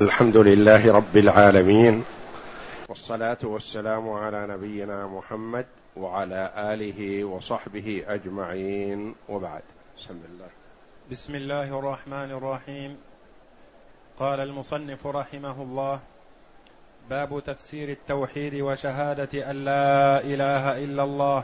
الحمد لله رب العالمين، والصلاة والسلام على نبينا محمد وعلى آله وصحبه أجمعين، وبعد. بسم الله الرحمن الرحيم. قال المصنف رحمه الله: باب تفسير التوحيد وشهادة أن لا إله إلا الله.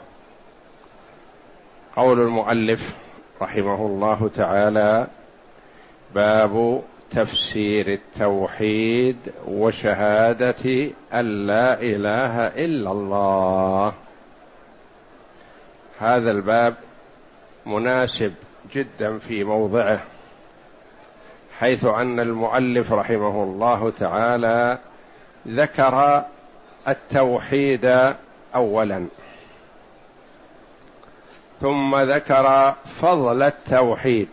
قول المؤلف رحمه الله تعالى: باب تفسير التوحيد وشهادة أن لا إله إلا الله. هذا الباب مناسب جدا في موضعه، حيث أن المؤلف رحمه الله تعالى ذكر التوحيد أولا، ثم ذكر فضل التوحيد،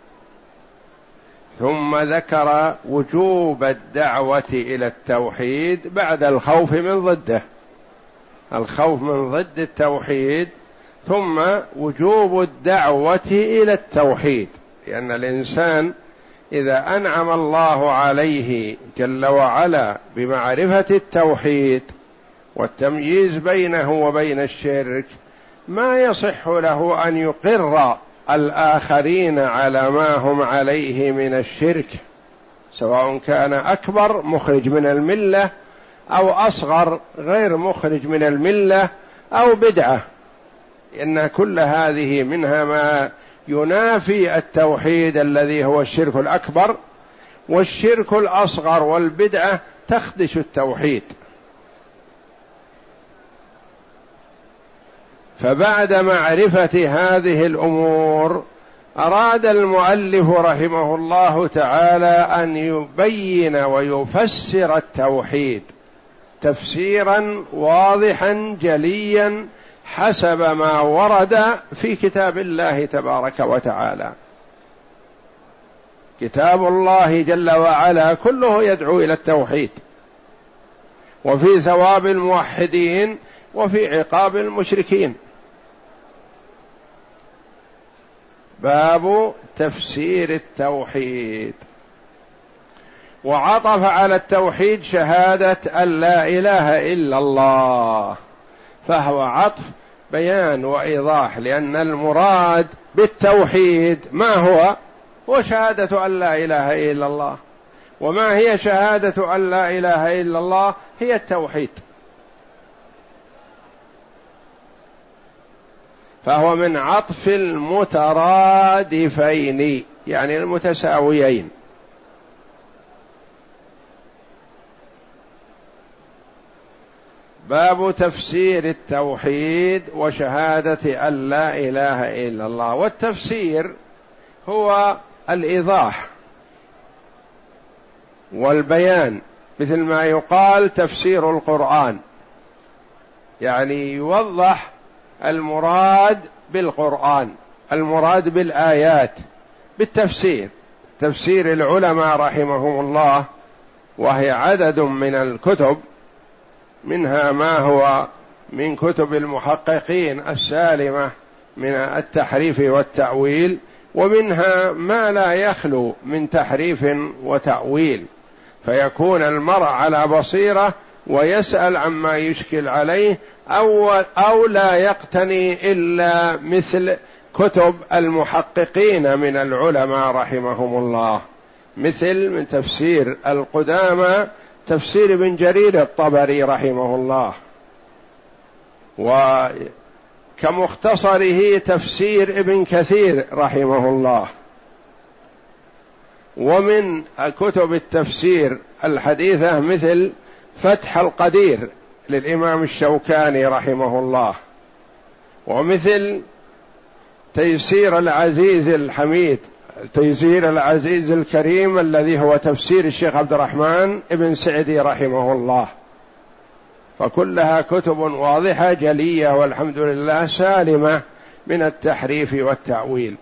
ثم ذكر وجوب الدعوة إلى التوحيد بعد الخوف من ضده، الخوف من ضد التوحيد، ثم وجوب الدعوة إلى التوحيد، لأن الإنسان إذا أنعم الله عليه جل وعلا بمعرفة التوحيد والتمييز بينه وبين الشرك، ما يصح له أن يقر الآخرين على ما هم عليه من الشرك، سواء كان أكبر مخرج من الملة أو أصغر غير مخرج من الملة أو بدعة، إن كل هذه منها ما ينافي التوحيد الذي هو الشرك الأكبر، والشرك الأصغر والبدعة تخدش التوحيد. فبعد معرفة هذه الأمور أراد المؤلف رحمه الله تعالى أن يبين ويفسر التوحيد تفسيرا واضحا جليا حسب ما ورد في كتاب الله تبارك وتعالى. كتاب الله جل وعلا كله يدعو إلى التوحيد، وفي ثواب الموحدين وفي عقاب المشركين. باب تفسير التوحيد، وعطف على التوحيد شهادة أن لا إله إلا الله، فهو عطف بيان وإيضاح، لأن المراد بالتوحيد ما هو؟ وشهادة أن لا إله إلا الله. وما هي شهادة أن لا إله إلا الله؟ هي التوحيد، فهو من عطف المترادفين، يعني المتساويين. باب تفسير التوحيد وشهادة أن لا إله إلا الله. والتفسير هو الإيضاح والبيان، مثل ما يقال تفسير القرآن، يعني يوضح المراد بالقرآن، المراد بالآيات بالتفسير. تفسير العلماء رحمهم الله، وهي عدد من الكتب، منها ما هو من كتب المحققين السالمة من التحريف والتأويل، ومنها ما لا يخلو من تحريف وتأويل، فيكون المرء على بصيرة ويسأل عما يشكل عليه، أو لا يقتني إلا مثل كتب المحققين من العلماء رحمهم الله، مثل من تفسير القدامى تفسير ابن جرير الطبري رحمه الله، وكمختصره تفسير ابن كثير رحمه الله. ومن كتب التفسير الحديثة مثل فتح القدير للإمام الشوكاني رحمه الله، ومثل تيسير العزيز الحميد، تيسير العزيز الكريم الذي هو تفسير الشيخ عبد الرحمن ابن سعدي رحمه الله. فكلها كتب واضحة جلية، والحمد لله سالمة من التحريف والتأويل.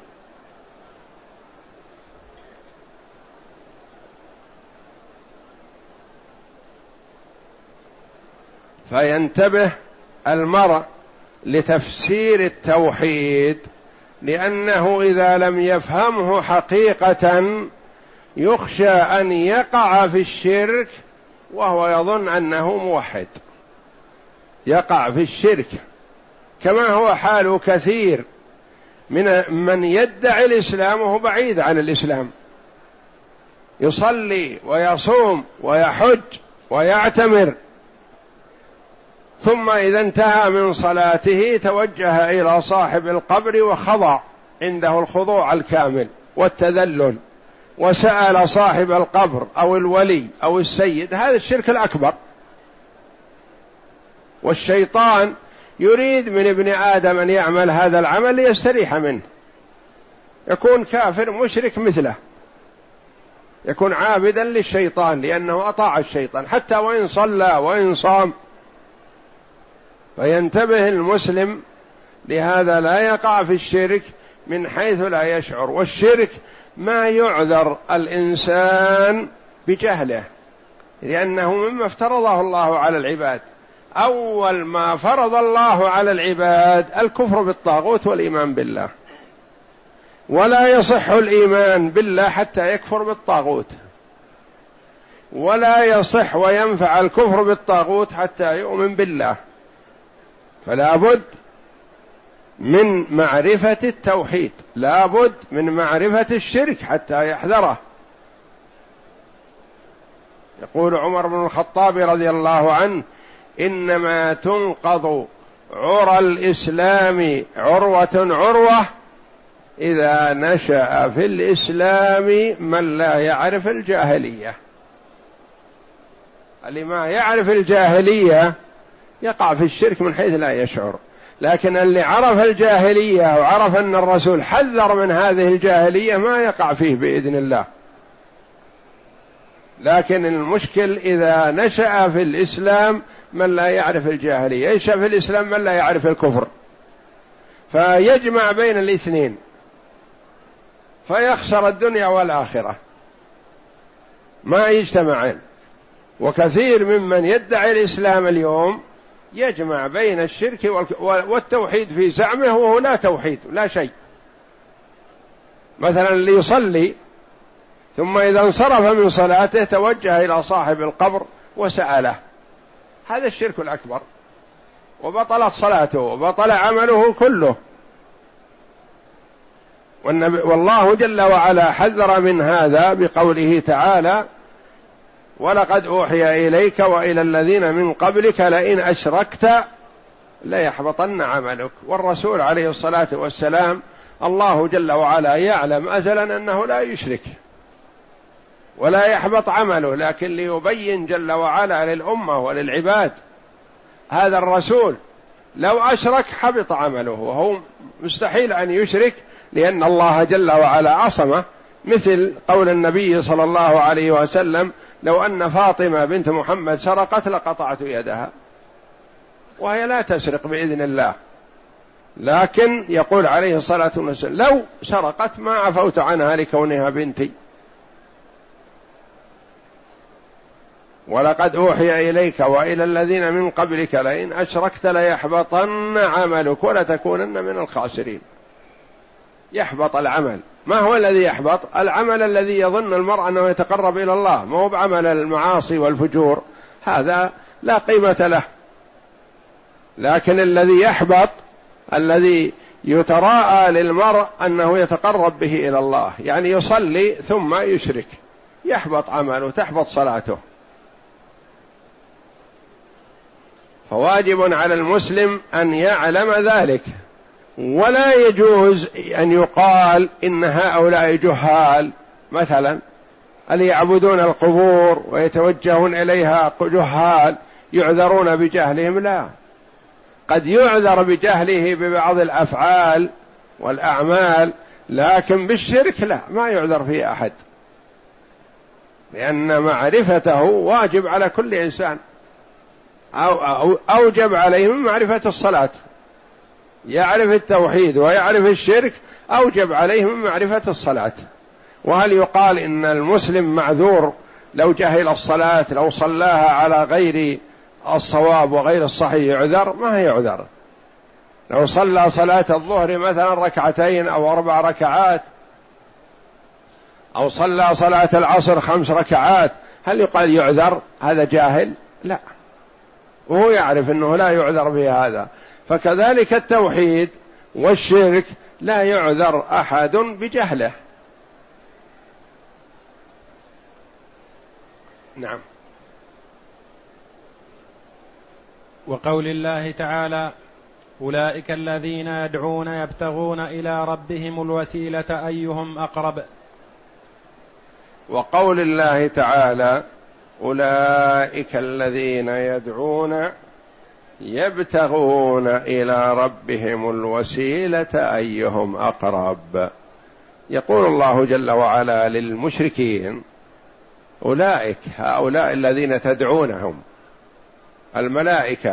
فينتبه المرء لتفسير التوحيد، لأنه إذا لم يفهمه حقيقة يخشى أن يقع في الشرك وهو يظن أنه موحد، يقع في الشرك، كما هو حال كثير من يدعي الإسلام وهو بعيد عن الإسلام، يصلي ويصوم ويحج ويعتمر، ثم إذا انتهى من صلاته توجه إلى صاحب القبر وخضع عنده الخضوع الكامل والتذلل، وسأل صاحب القبر أو الولي أو السيد. هذا الشرك الأكبر. والشيطان يريد من ابن آدم أن يعمل هذا العمل ليستريح منه، يكون كافر مشرك مثله، يكون عابدا للشيطان لأنه أطاع الشيطان حتى وإن صلى وإن صام. فينتبه المسلم لهذا، لا يقع في الشرك من حيث لا يشعر. والشرك ما يعذر الإنسان بجهله، لأنه مما افترضه الله على العباد. أول ما فرض الله على العباد الكفر بالطاغوت والإيمان بالله، ولا يصح الإيمان بالله حتى يكفر بالطاغوت، ولا يصح وينفع الكفر بالطاغوت حتى يؤمن بالله. فلا بد من معرفة التوحيد، لا بد من معرفة الشرك حتى يحذره. يقول عمر بن الخطاب رضي الله عنه: إنما تنقض عرى الإسلام عروة عروة إذا نشأ في الإسلام من لا يعرف الجاهلية. اللي ما يعرف الجاهلية يقع في الشرك من حيث لا يشعر، لكن اللي عرف الجاهلية وعرف أن الرسول حذر من هذه الجاهلية ما يقع فيه بإذن الله. لكن المشكل إذا نشأ في الإسلام من لا يعرف الجاهلية، ينشأ في الإسلام من لا يعرف الكفر، فيجمع بين الاثنين فيخسر الدنيا والآخرة، ما يجتمعين. وكثير ممن يدعي الإسلام اليوم يجمع بين الشرك والتوحيد في زعمه وهو لا توحيد لا شيء. مثلا اللي يصلي ثم إذا انصرف من صلاته توجه إلى صاحب القبر وسأله، هذا الشرك الأكبر، وبطلت صلاته وبطل عمله كله. والله جل وعلا حذر من هذا بقوله تعالى: ولقد أوحي إليك وإلى الذين من قبلك لئن أشركت ليحبطن عملك. والرسول عليه الصلاة والسلام الله جل وعلا يعلم أزلا أنه لا يشرك ولا يحبط عمله، لكن ليبين جل وعلا للأمة وللعباد هذا الرسول لو أشرك حبط عمله، وهو مستحيل أن يشرك لأن الله جل وعلا عصمه، مثل قول النبي صلى الله عليه وسلم: لو أن فاطمة بنت محمد سرقت لقطعت يدها، وهي لا تسرق بإذن الله، لكن يقول عليه الصلاة والسلام: لو سرقت ما عفوت عنها لكونها بنتي. ولقد أوحي إليك وإلى الذين من قبلك لئن أشركت ليحبطن عملك ولتكونن من الخاسرين. يحبط العمل. ما هو الذي يحبط؟ العمل الذي يظن المرء أنه يتقرب إلى الله، ما هو بعمل المعاصي والفجور، هذا لا قيمة له. لكن الذي يحبط الذي يتراءى للمرء أنه يتقرب به إلى الله، يعني يصلي ثم يشرك، يحبط عمله، تحبط صلاته. فواجب على المسلم أن يعلم ذلك، ولا يجوز أن يقال إن هؤلاء جهال، مثلا اللي يعبدون القبور ويتوجهون إليها جهال يعذرون بجهلهم. لا، قد يعذر بجهله ببعض الأفعال والأعمال، لكن بالشرك لا، ما يعذر فيه أحد، لأن معرفته واجب على كل إنسان، أو أوجب عليه من معرفة الصلاة، يعرف التوحيد ويعرف الشرك، أوجب عليه من معرفة الصلاة. وهل يقال إن المسلم معذور لو جهل الصلاة، لو صلاها على غير الصواب وغير الصحيح يعذر؟ ما هي يعذر. لو صلى صلاة الظهر مثلا ركعتين أو 4 ركعات أو صلى صلاة العصر 5 ركعات، هل يقال يعذر هذا جاهل؟ لا، وهو يعرف أنه لا يعذر بهذا. فكذلك التوحيد والشرك لا يعذر أحد بجهله. نعم. وقول الله تعالى: أولئك الذين يدعون يبتغون إلى ربهم الوسيلة أيهم أقرب. وقول الله تعالى: أولئك الذين يدعون يبتغون إلى ربهم الوسيلة أيهم أقرب. يقول الله جل وعلا للمشركين: أولئك، هؤلاء الذين تدعونهم، الملائكة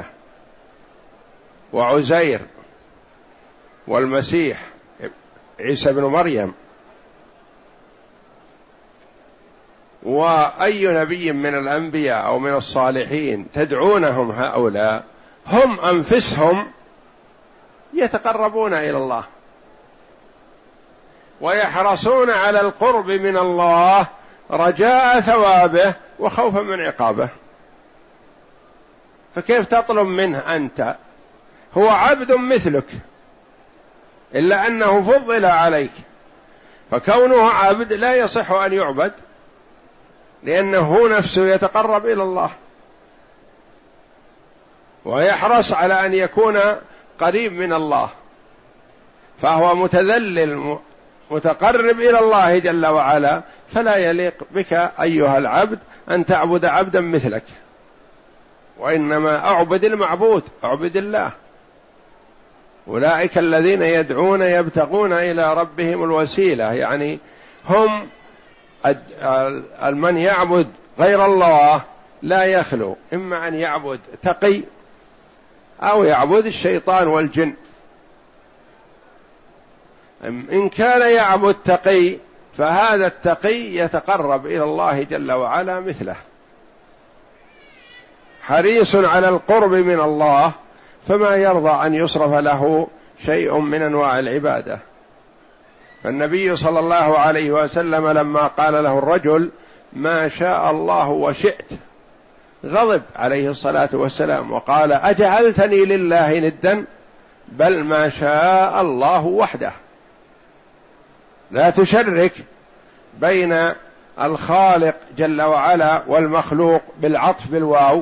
وعزير والمسيح عيسى بن مريم وأي نبي من الأنبياء أو من الصالحين تدعونهم، هؤلاء هم أنفسهم يتقربون إلى الله ويحرصون على القرب من الله رجاء ثوابه وخوفا من عقابه. فكيف تطلب منه أنت؟ هو عبد مثلك، إلا أنه فضل عليك، فكونه عبد لا يصح أن يعبد، لأنه هو نفسه يتقرب إلى الله ويحرص على أن يكون قريب من الله، فهو متذلل متقرب إلى الله جل وعلا، فلا يليق بك أيها العبد أن تعبد عبدا مثلك، وإنما أعبد المعبود، أعبد الله. أولئك الذين يدعون يبتغون إلى ربهم الوسيلة، يعني هم من يعبد غير الله لا يخلو إما أن يعبد تقي أو يعبد الشيطان والجن. إن كان يعبد تقي فهذا التقي يتقرب إلى الله جل وعلا مثله، حريص على القرب من الله، فما يرضى أن يصرف له شيء من أنواع العبادة. فالنبي صلى الله عليه وسلم لما قال له الرجل: ما شاء الله وشئت، غضب عليه الصلاة والسلام وقال: أجعلتني لله ندا؟ بل ما شاء الله وحده. لا تشرك بين الخالق جل وعلا والمخلوق بالعطف بالواو،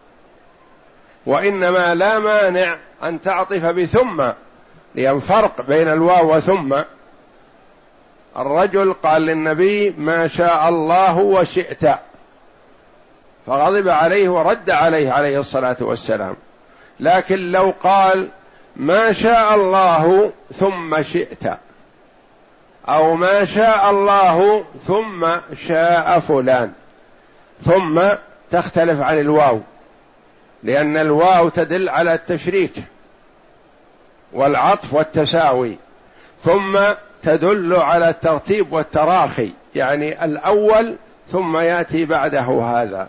وإنما لا مانع أن تعطف بثم، لأن فرق بين الواو وثم. الرجل قال للنبي: ما شاء الله وشئت، فغضب عليه ورد عليه عليه الصلاة والسلام. لكن لو قال: ما شاء الله ثم شئت، أو ما شاء الله ثم شاء فلان، ثم تختلف عن الواو، لأن الواو تدل على التشريك والعطف والتساوي، ثم تدل على الترتيب والتراخي، يعني الأول ثم يأتي بعده هذا.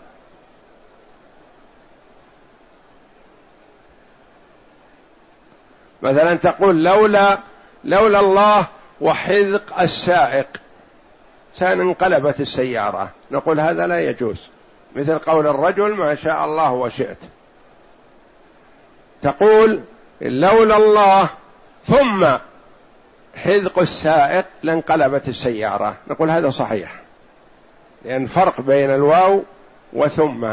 مثلا تقول: لولا الله وحذق السائق كان انقلبت السيارة، نقول هذا لا يجوز، مثل قول الرجل: ما شاء الله وشئت. تقول: لولا الله ثم حذق السائق لانقلبت السيارة، نقول هذا صحيح، لأن فرق بين الواو وثم.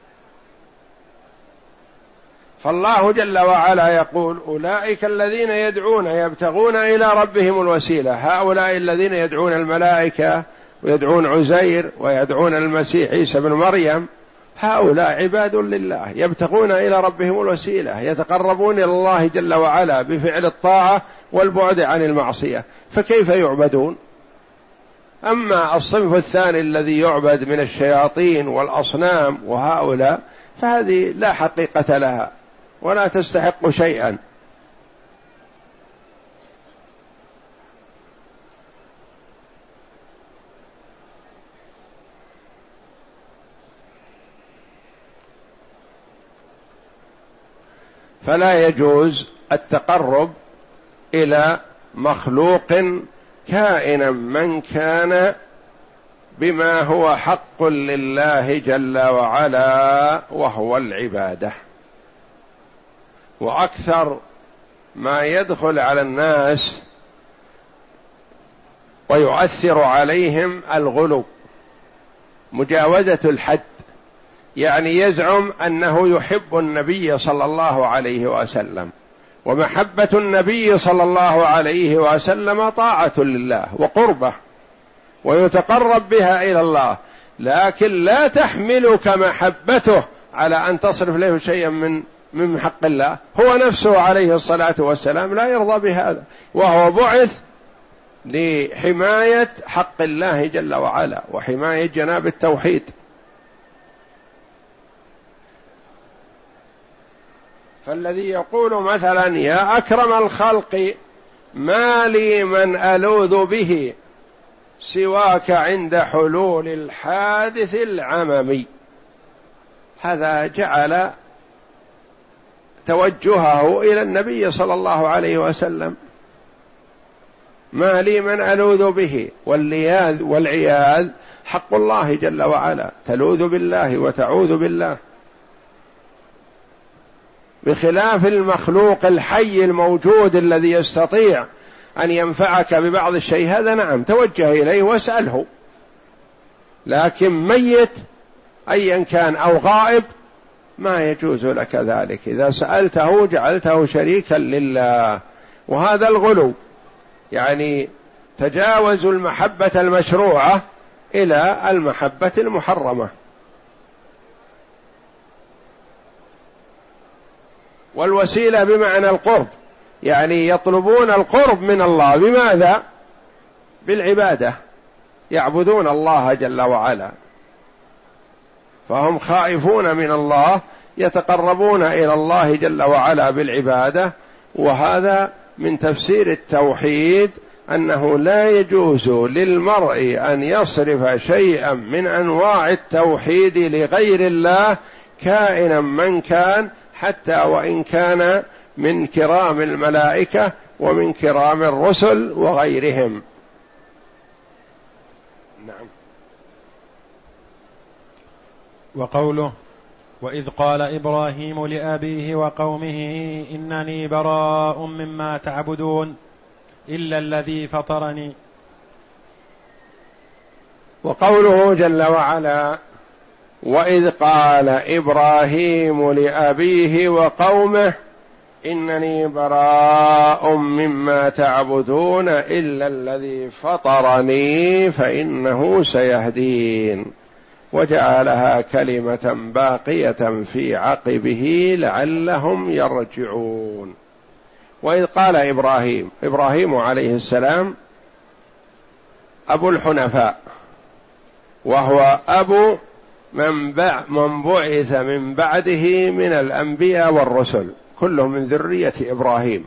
فالله جل وعلا يقول: أولئك الذين يدعون يبتغون إلى ربهم الوسيلة، هؤلاء الذين يدعون الملائكة ويدعون عزير ويدعون المسيح عيسى بن مريم، هؤلاء عباد لله يبتغون إلى ربهم الوسيلة، يتقربون إلى الله جل وعلا بفعل الطاعة والبعد عن المعصية، فكيف يعبدون؟ أما الصنف الثاني الذي يعبد من الشياطين والأصنام وهؤلاء، فهذه لا حقيقة لها ولا تستحق شيئا. فلا يجوز التقرب إلى مخلوق كائنا من كان بما هو حق لله جل وعلا وهو العبادة. وأكثر ما يدخل على الناس ويؤثر عليهم الغلو، مجاوزة الحد، يعني يزعم أنه يحب النبي صلى الله عليه وسلم، ومحبة النبي صلى الله عليه وسلم طاعة لله وقربه ويتقرب بها إلى الله، لكن لا تحملك محبته على أن تصرف له شيئا من حق الله. هو نفسه عليه الصلاة والسلام لا يرضى بهذا، وهو بعث لحماية حق الله جل وعلا وحماية جناب التوحيد. فالذي يقول مثلا يا أكرم الخلق ما لي من ألوذ به سواك عند حلول الحادث العممي، هذا جعل توجهه إلى النبي صلى الله عليه وسلم. ما لي من ألوذ به، والعياذ حق الله جل وعلا، تلوذ بالله وتعوذ بالله، بخلاف المخلوق الحي الموجود الذي يستطيع أن ينفعك ببعض الشيء، هذا نعم توجه إليه واسأله، لكن ميت أيا كان أو غائب ما يجوز لك ذلك. إذا سألته جعلته شريكا لله، وهذا الغلو، يعني تجاوز المحبة المشروعة إلى المحبة المحرمة. والوسيلة بمعنى القرب، يعني يطلبون القرب من الله، بماذا؟ بالعبادة، يعبدون الله جل وعلا، فهم خائفون من الله، يتقربون إلى الله جل وعلا بالعبادة. وهذا من تفسير التوحيد، أنه لا يجوز للمرء أن يصرف شيئا من أنواع التوحيد لغير الله كائنا من كان، حتى وإن كان من كرام الملائكة ومن كرام الرسل وغيرهم. نعم. وقوله وإذ قال إبراهيم لأبيه وقومه إنني براء مما تعبدون إلا الذي فطرني. وقوله جل وعلا وإذ قال إبراهيم لأبيه وقومه إنني براء مما تعبدون إلا الذي فطرني فإنه سيهدين، وجعلها كلمة باقية في عقبه لعلهم يرجعون. وإذ قال إبراهيم عليه السلام أبو الحنفاء، وهو أبو من بعث من بعده من الأنبياء والرسل، كلهم من ذرية إبراهيم.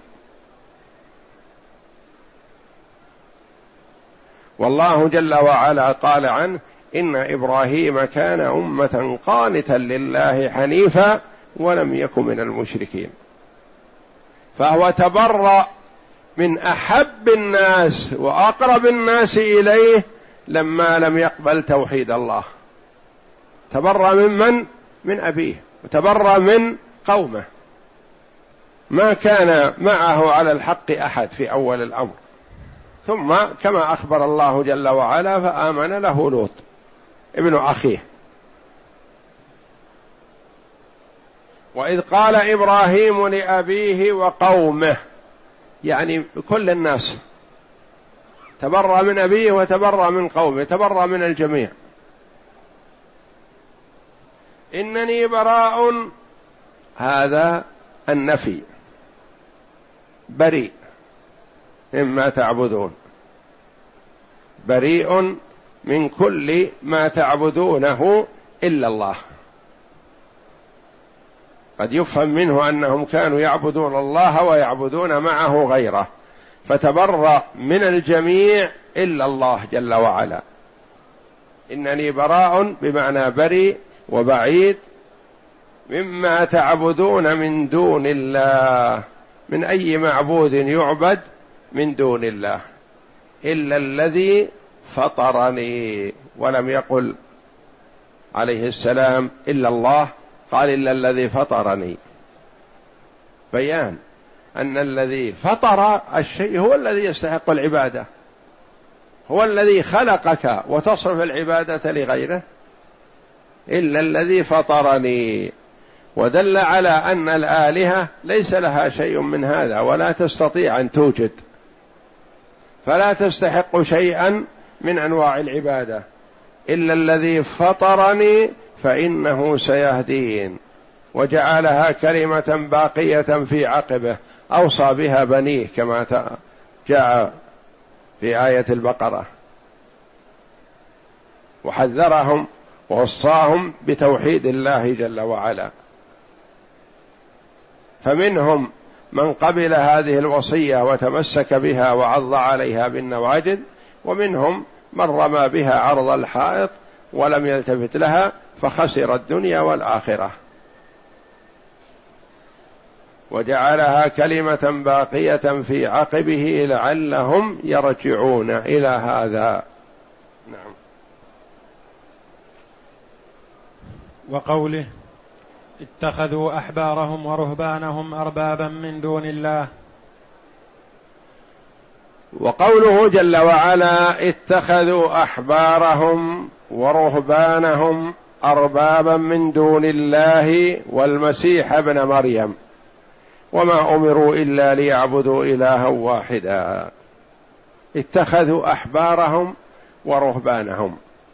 والله جل وعلا قال عنه إن إبراهيم كان أمة قانتا لله حنيفا ولم يكن من المشركين. فهو تبرأ من أحب الناس وأقرب الناس إليه لما لم يقبل توحيد الله. تبرأ من أبيه، وتبرأ من قومه، ما كان معه على الحق أحد في أول الأمر، ثم كما أخبر الله جل وعلا فآمن له لوط ابن أخيه. وإذ قال إبراهيم لأبيه وقومه، يعني كل الناس، تبرأ من أبيه وتبرأ من قومه، تبرأ من الجميع. إنني براء، هذا النفي، بريء مما تعبدون، بريء من كل ما تعبدونه إلا الله. قد يفهم منه أنهم كانوا يعبدون الله ويعبدون معه غيره، فتبرأ من الجميع إلا الله جل وعلا. إنني براء بمعنى بريء وبعيد مما تعبدون من دون الله، من أي معبود يعبد من دون الله، إلا الذي فطرني، ولم يقل عليه السلام إلا الله، قال إلا الذي فطرني، بيان أن الذي فطر الشيء هو الذي يستحق العبادة، هو الذي خلقك وتصرف العبادة لغيره. إلا الذي فطرني، ودل على أن الآلهة ليس لها شيء من هذا ولا تستطيع أن توجد، فلا تستحق شيئا من أنواع العبادة. إلا الذي فطرني فإنه سيهدين، وجعلها كلمة باقية في عقبه، أوصى بها بنيه كما جاء في آية البقرة، وحذرهم ووصاهم بتوحيد الله جل وعلا. فمنهم من قبل هذه الوصية وتمسك بها وعض عليها بالنواجذ، ومنهم من رمى بها عرض الحائط ولم يلتفت لها فخسر الدنيا والآخرة. وجعلها كلمة باقية في عقبه لعلهم يرجعون إلى هذا. نعم. وقوله اتخذوا أحبارهم ورهبانهم أربابا من دون الله. وقوله جل وعلا اتخذوا أحبارهم ورهبانهم أربابا من دون الله والمسيح ابن مريم وما أمروا إلا ليعبدوا إلها واحدا. اتخذوا أحبارهم ورهبانهم.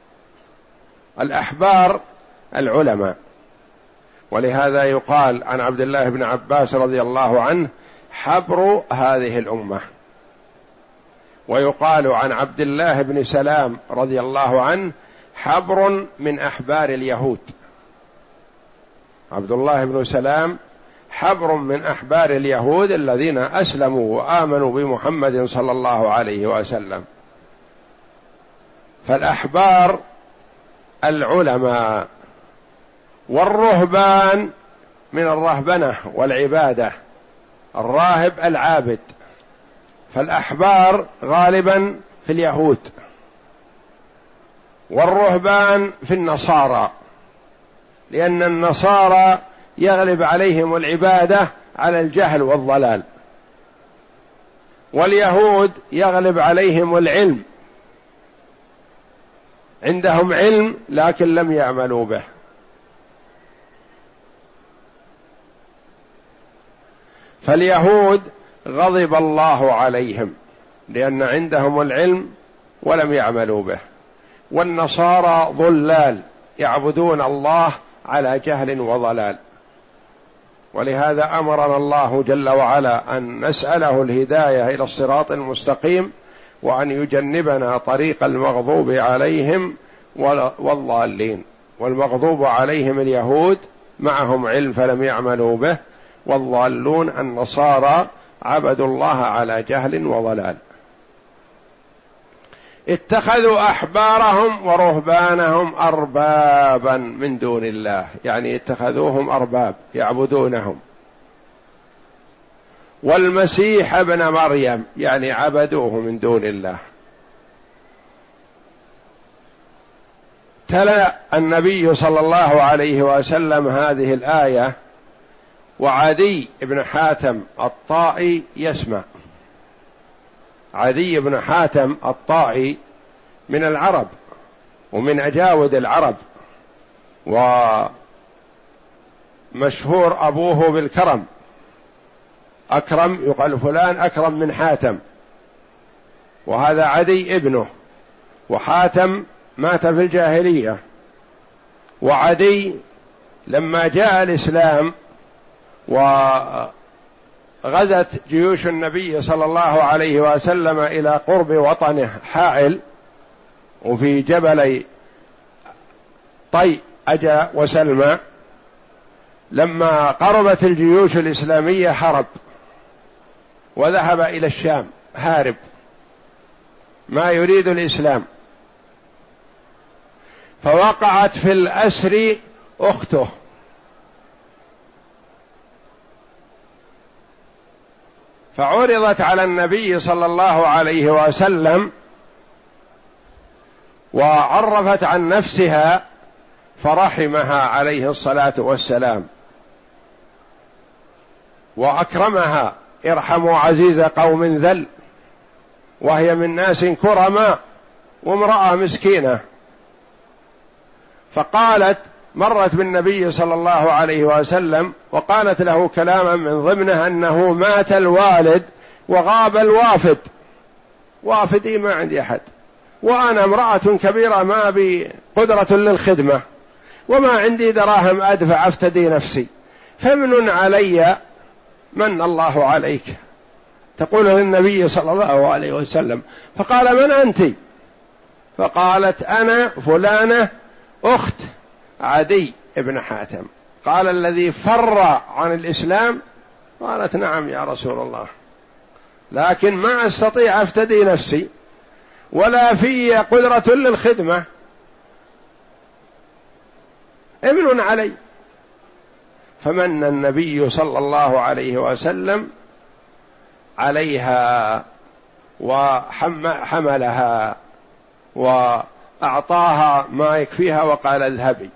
الأحبار العلماء، ولهذا يقال عن عبد الله بن عباس رضي الله عنه حبر هذه الأمة، ويقال عن عبد الله بن سلام رضي الله عنه حبر من أحبار اليهود. عبد الله بن سلام حبر من أحبار اليهود الذين أسلموا وآمنوا بمحمد صلى الله عليه وسلم. فالأحبار العلماء، والرهبان من الرهبنة والعبادة، الراهب العابد. فالأحبار غالبا في اليهود، والرهبان في النصارى، لأن النصارى يغلب عليهم العبادة على الجهل والضلال، واليهود يغلب عليهم العلم، عندهم علم لكن لم يعملوا به. فاليهود غضب الله عليهم لأن عندهم العلم ولم يعملوا به، والنصارى ضلال يعبدون الله على جهل وضلال. ولهذا أمرنا الله جل وعلا أن نسأله الهداية إلى الصراط المستقيم، وأن يجنبنا طريق المغضوب عليهم والضالين. والمغضوب عليهم اليهود معهم علم فلم يعملوا به، والضالون النصارى عبدوا الله على جهل وضلال. اتخذوا أحبارهم ورهبانهم أربابا من دون الله، يعني اتخذوهم أرباب يعبدونهم. والمسيح ابن مريم يعني عبدوه من دون الله. تلا النبي صلى الله عليه وسلم هذه الآية وعدي بن حاتم الطائي يسمع. عدي بن حاتم الطائي من العرب ومن أجاود العرب، ومشهور أبوه بالكرم، أكرم، يقال فلان أكرم من حاتم، وهذا عدي ابنه، وحاتم مات في الجاهلية. وعدي لما جاء الإسلام وغزت جيوش النبي صلى الله عليه وسلم إلى قرب وطنه حائل، وفي جبلي طي أجا وسلمى، لما قربت الجيوش الإسلامية هرب وذهب إلى الشام هارب ما يريد الإسلام. فوقعت في الأسر أخته، فعرضت على النبي صلى الله عليه وسلم، وعرفت عن نفسها فرحمها عليه الصلاة والسلام وأكرمها. ارحموا عزيز قوم ذل، وهي من ناس كرماء وامرأة مسكينة. فقالت مرت بالنبي صلى الله عليه وسلم وقالت له كلاما من ضمنه أنه مات الوالد وغاب الوافد، وافدي ما عندي أحد، وأنا امرأة كبيرة ما بي قدرة للخدمة، وما عندي دراهم أدفع أفتدي نفسي، فمن علي من الله عليك. تقول للنبي صلى الله عليه وسلم. فقال من أنت؟ فقالت أنا فلانة أخت عدي بن حاتم. قال الذي فر عن الإسلام؟ قالت نعم يا رسول الله، لكن ما أستطيع أفتدي نفسي ولا في قدرة للخدمة، امن علي. فمن النبي صلى الله عليه وسلم عليها وحملها وأعطاها ما يكفيها وقال اذهبي،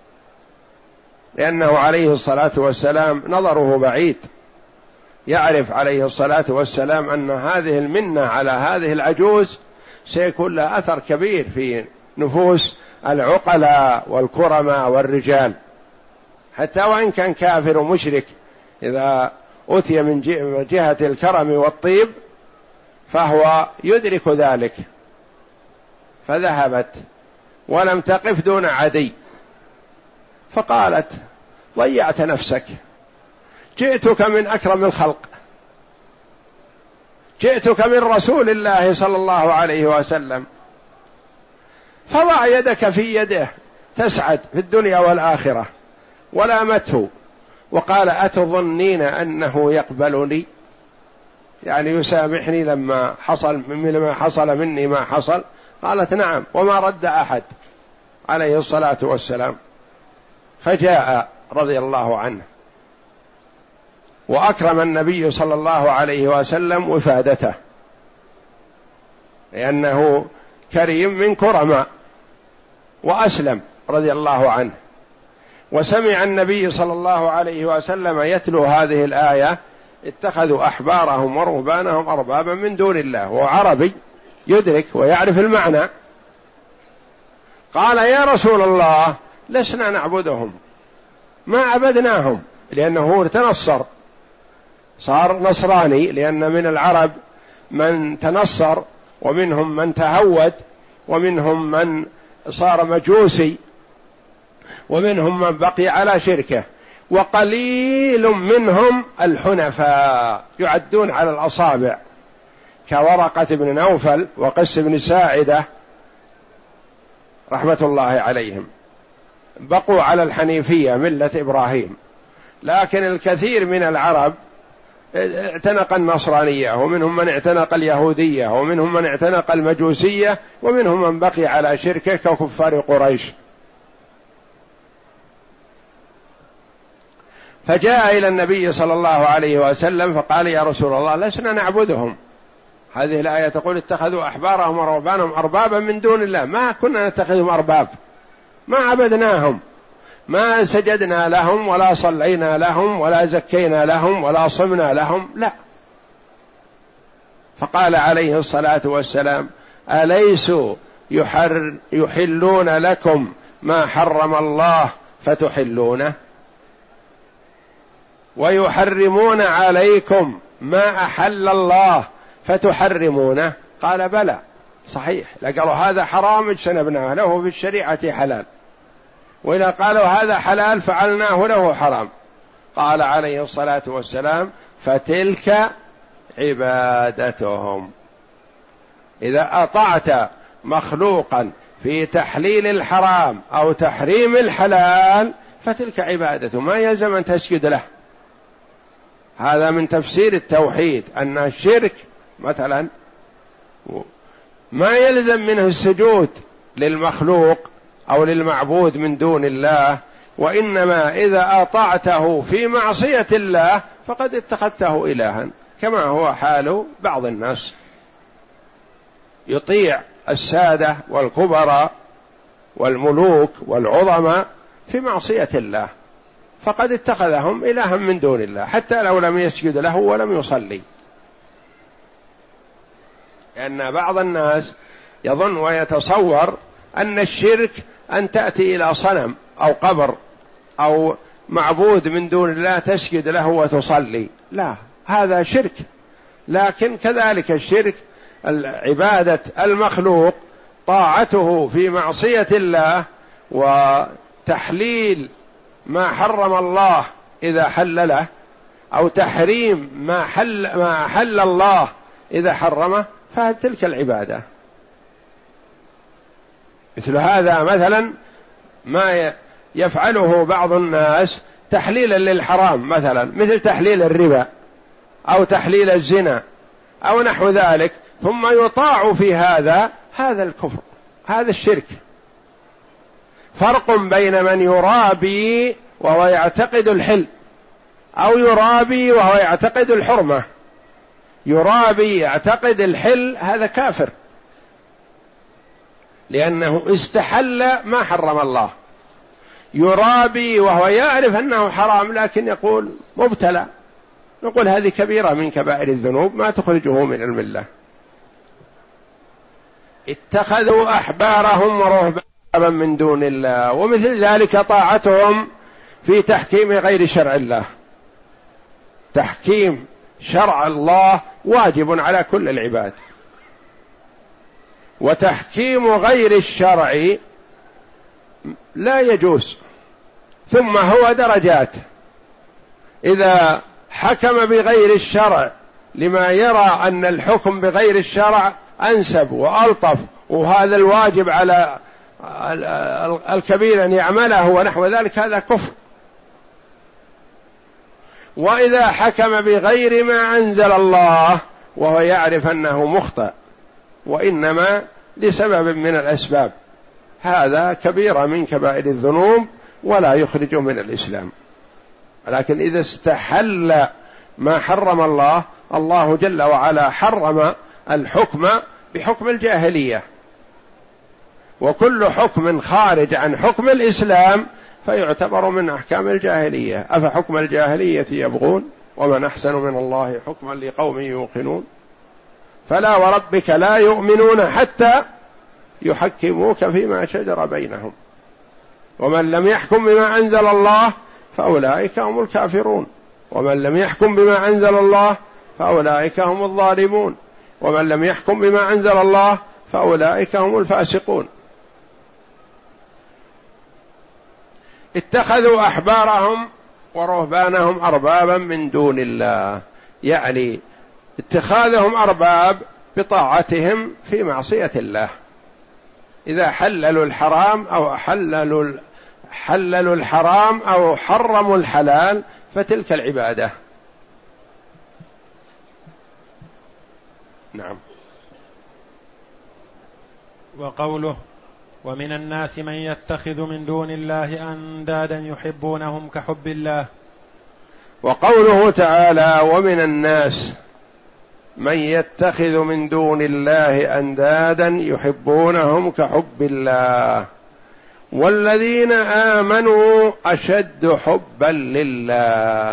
لأنه عليه الصلاة والسلام نظره بعيد، يعرف عليه الصلاة والسلام أن هذه المنة على هذه العجوز سيكون لها أثر كبير في نفوس العقلاء والكرماء والرجال، حتى وإن كان كافر ومشرك إذا أتي من جهة الكرم والطيب فهو يدرك ذلك. فذهبت ولم تقف دون عدي، فقالت ضيعت نفسك، جئتك من أكرم الخلق، جئتك من رسول الله صلى الله عليه وسلم، فضع يدك في يده تسعد في الدنيا والآخرة. ولامته وقال أتظنين أنه يقبلني، يعني يسامحني لما حصل مني ما حصل؟ قالت نعم، وما رد أحد عليه الصلاة والسلام. فجاء رضي الله عنه وأكرم النبي صلى الله عليه وسلم وفادته، لأنه كريم من كرماء، وأسلم رضي الله عنه. وسمع النبي صلى الله عليه وسلم يتلو هذه الآية اتخذوا أحبارهم ورهبانهم أربابا من دون الله، وهو عربي يدرك ويعرف المعنى. قال يا رسول الله لسنا نعبدهم، ما عبدناهم، لأنه تنصر صار نصراني، لأن من العرب من تنصر ومنهم من تهود ومنهم من صار مجوسي ومنهم من بقي على شركه، وقليل منهم الحنفاء يعدون على الأصابع كورقة بن نوفل وقس بن ساعدة رحمة الله عليهم، بقوا على الحنيفية ملة إبراهيم. لكن الكثير من العرب اعتنق النصرانية، ومنهم من اعتنق اليهودية، ومنهم من اعتنق المجوسية، ومنهم من بقي على شركه ككفار قريش. فجاء إلى النبي صلى الله عليه وسلم فقال يا رسول الله لسنا نعبدهم، هذه الآية تقول اتخذوا أحبارهم ورهبانهم أربابا من دون الله، ما كنا نتخذهم أرباب، ما عبدناهم، ما سجدنا لهم ولا صلينا لهم ولا زكينا لهم ولا صمنا لهم، لا. فقال عليه الصلاة والسلام أليسوا يحلون لكم ما حرم الله فتحلونه، ويحرمون عليكم ما أحل الله فتحرمونه؟ قال بلى صحيح، لقالوا هذا حرام اجتنبناه له في الشريعة حلال، وإذا قالوا هذا حلال فعلناه له حرام. قال عليه الصلاة والسلام فتلك عبادتهم. إذا أطعت مخلوقا في تحليل الحرام أو تحريم الحلال فتلك عبادته، ما يلزم أن تسجد له. هذا من تفسير التوحيد، أن الشرك مثلا ما يلزم منه السجود للمخلوق أو للمعبود من دون الله، وإنما إذا أطعته في معصية الله فقد اتخذته إلها، كما هو حال بعض الناس يطيع السادة والكبراء والملوك والعظماء في معصية الله، فقد اتخذهم إلها من دون الله حتى لو لم يسجد له ولم يصلي. لأن بعض الناس يظن ويتصور أن الشرك أن تأتي إلى صنم أو قبر أو معبود من دون الله تسجد له وتصلي، لا، هذا شرك. لكن كذلك الشرك عبادة المخلوق، طاعته في معصية الله وتحليل ما حرم الله إذا حلله، أو تحريم ما حل الله إذا حرمه، فتلك العبادة. مثل هذا مثلا ما يفعله بعض الناس تحليلا للحرام، مثلا مثل تحليل الربا أو تحليل الزنا أو نحو ذلك، ثم يطاع في هذا الكفر، هذا الشرك. فرق بين من يرابي وهو يعتقد الحل، أو يرابي وهو يعتقد الحرمة. يرابي يعتقد الحل، هذا كافر، لأنه استحل ما حرم الله. يرابي وهو يعرف أنه حرام لكن يقول مبتلى، نقول هذه كبيرة من كبائر الذنوب ما تخرجه من الملة. اتخذوا أحبارهم ورهبانهم من دون الله، ومثل ذلك طاعتهم في تحكيم غير شرع الله. تحكيم شرع الله واجب على كل العباد، وتحكيم غير الشرع لا يجوز. ثم هو درجات، إذا حكم بغير الشرع لما يرى أن الحكم بغير الشرع أنسب وألطف، وهذا الواجب على الكبير أن يعمله ونحو ذلك، هذا كفر. وإذا حكم بغير ما أنزل الله وهو يعرف أنه مخطئ وإنما لسبب من الأسباب، هذا كبيرة من كبائر الذنوب ولا يخرج من الإسلام. لكن إذا استحل ما حرم الله، الله جل وعلا حرم الحكم بحكم الجاهلية، وكل حكم خارج عن حكم الإسلام فيعتبر من أحكام الجاهلية. أفحكم الجاهلية يبغون ومن أحسن من الله حكما لقوم يوقنون. فلا وربك لا يؤمنون حتى يحكموك فيما شجر بينهم ومن لم يحكم بما أنزل الله فأولئك هم الكافرون، ومن لم يحكم بما أنزل الله فأولئك هم الظالمون، ومن لم يحكم بما أنزل الله فأولئك هم الفاسقون. اتخذوا أحبارهم ورهبانهم أربابا من دون الله، يعني اتخاذهم أرباب بطاعتهم في معصية الله. إذا حللوا الحرام أو حللوا الحرام أو حرموا الحلال فتلك العبادة. نعم. وقوله ومن الناس من يتخذ من دون الله أندادا يحبونهم كحب الله. وقوله تعالى ومن الناس من يتخذ من دون الله أندادا يحبونهم كحب الله والذين آمنوا أشد حبا لله.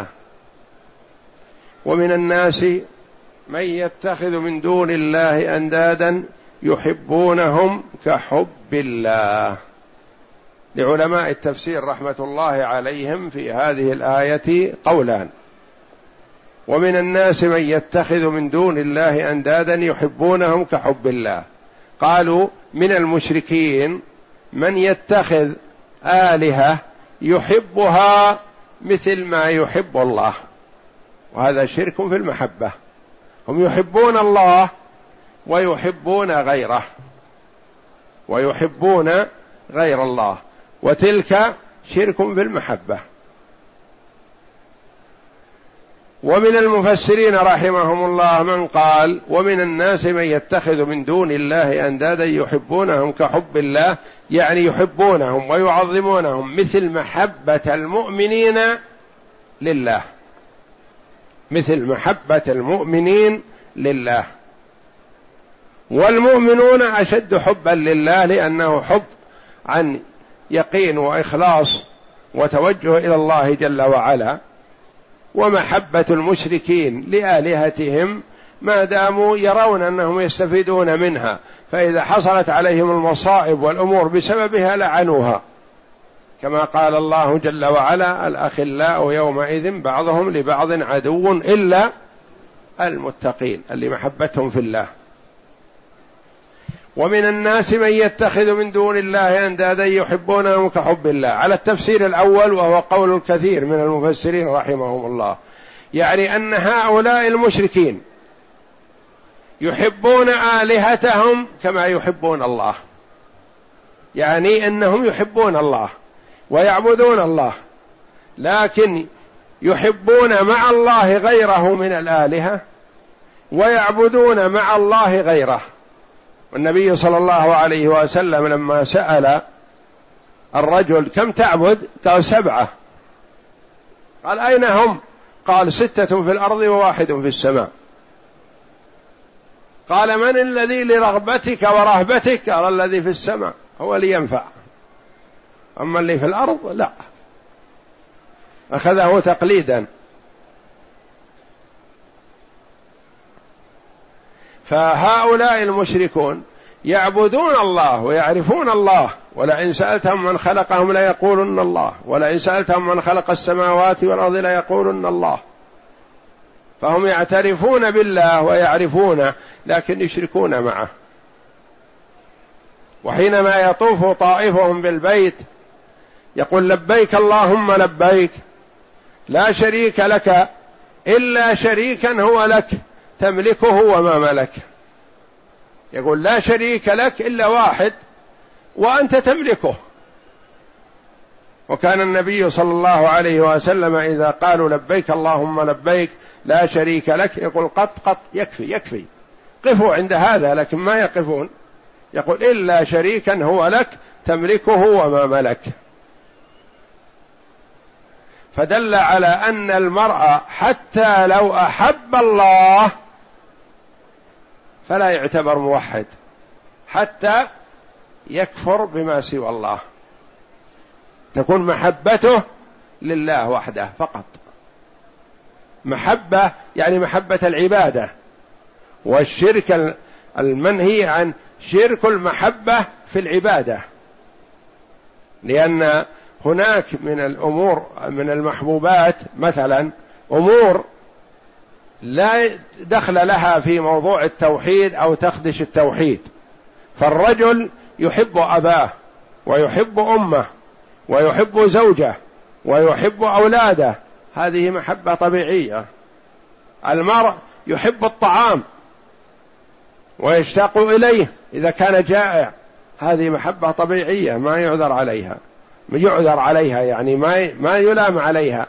ومن الناس من يتخذ من دون الله أندادا يحبونهم كحب الله. لعلماء التفسير رحمة الله عليهم في هذه الآية قولان: ومن الناس من يتخذ من دون الله أندادا يحبونهم كحب الله. قالوا من المشركين من يتخذ آلهة يحبها مثل ما يحب الله، وهذا شرك في المحبة. هم يحبون الله ويحبون غيره، ويحبون غير الله، وتلك شرك في المحبة. ومن المفسرين رحمهم الله من قال ومن الناس من يتخذ من دون الله أندادا يحبونهم كحب الله، يعني يحبونهم ويعظمونهم مثل محبة المؤمنين لله، مثل محبة المؤمنين لله. والمؤمنون أشد حبا لله، لأنه حب عن يقين وإخلاص وتوجه إلى الله جل وعلا، ومحبة المشركين لآلهتهم ما داموا يرون أنهم يستفيدون منها، فإذا حصلت عليهم المصائب والأمور بسببها لعنوها، كما قال الله جل وعلا: الأخلاء يومئذ بعضهم لبعض عدو إلا المتقين، اللي محبتهم في الله. ومن الناس من يتخذ من دون الله أندادا يحبونهم كحب الله، على التفسير الأول وهو قول الكثير من المفسرين رحمهم الله، يعني أن هؤلاء المشركين يحبون آلهتهم كما يحبون الله، يعني أنهم يحبون الله ويعبدون الله، لكن يحبون مع الله غيره من الآلهة ويعبدون مع الله غيره. والنبي صلى الله عليه وسلم لما سأل الرجل: كم تعبد؟ قال: 7. قال: أين هم؟ قال: 6 في الأرض و1 في السماء. قال: من الذي لرغبتك ورهبتك؟ قال: الذي في السماء هو اللي ينفع، أما اللي في الأرض لا. أخذه تقليدا. فهؤلاء المشركون يعبدون الله ويعرفون الله، ولئن سألتهم من خلقهم ليقولن الله، ولئن سألتهم من خلق السماوات والأرض ليقولن الله. فهم يعترفون بالله ويعرفونه، لكن يشركون معه. وحينما يطوف طائفهم بالبيت يقول: لبيك اللهم لبيك، لا شريك لك إلا شريكا هو لك تملكه وما ملك. يقول: لا شريك لك إلا واحد وأنت تملكه. وكان النبي صلى الله عليه وسلم إذا قالوا: لبيك اللهم لبيك لا شريك لك، يقول: قط يكفي يكفي، قفوا عند هذا، لكن ما يقفون. يقول: إلا شريكا هو لك تملكه وما ملك. فدل على أن المرء حتى لو أحب الله فلا يعتبر موحد حتى يكفر بما سوى الله، تكون محبته لله وحده فقط. محبة يعني محبة العبادة، والشرك المنهي عن شرك المحبة في العبادة، لأن هناك من الأمور من المحبوبات مثلا أمور لا دخل لها في موضوع التوحيد أو تخدش التوحيد. فالرجل يحب أباه ويحب أمه ويحب زوجه ويحب أولاده، هذه محبة طبيعية. المرء يحب الطعام ويشتاق إليه إذا كان جائع، هذه محبة طبيعية ما يعذر عليها، يعني ما يلام عليها.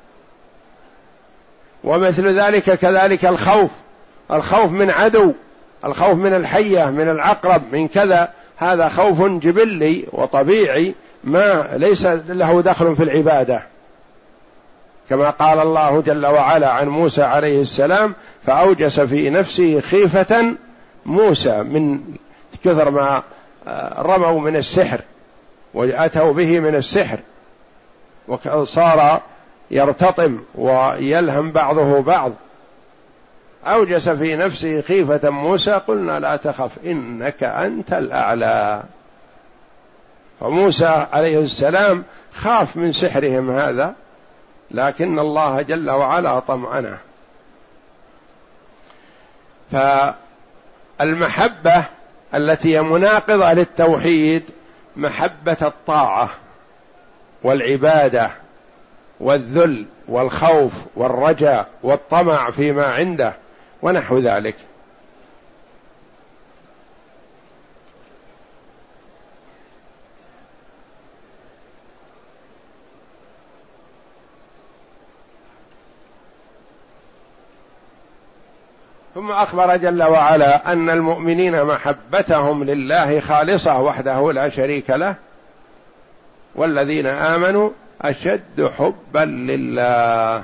ومثل ذلك كذلك الخوف من عدو، الخوف من الحية، من العقرب، من كذا، هذا خوف جبلي وطبيعي ما ليس له دخل في العبادة، كما قال الله جل وعلا عن موسى عليه السلام: فأوجس في نفسه خيفة موسى، من كثر ما رموا من السحر وأتوا به من السحر، وصار يرتطم ويلهم بعضه بعض. أوجس في نفسه خيفة موسى قلنا لا تخف إنك أنت الأعلى. فموسى عليه السلام خاف من سحرهم هذا، لكن الله جل وعلا طمأنه. فالمحبة التي هي مناقضة للتوحيد محبة الطاعة والعبادة والذل والخوف والرجاء والطمع فيما عنده ونحو ذلك. ثم أخبر جل وعلا أن المؤمنين محبتهم لله خالصة وحده لا شريك له، والذين آمنوا أشد حبا لله.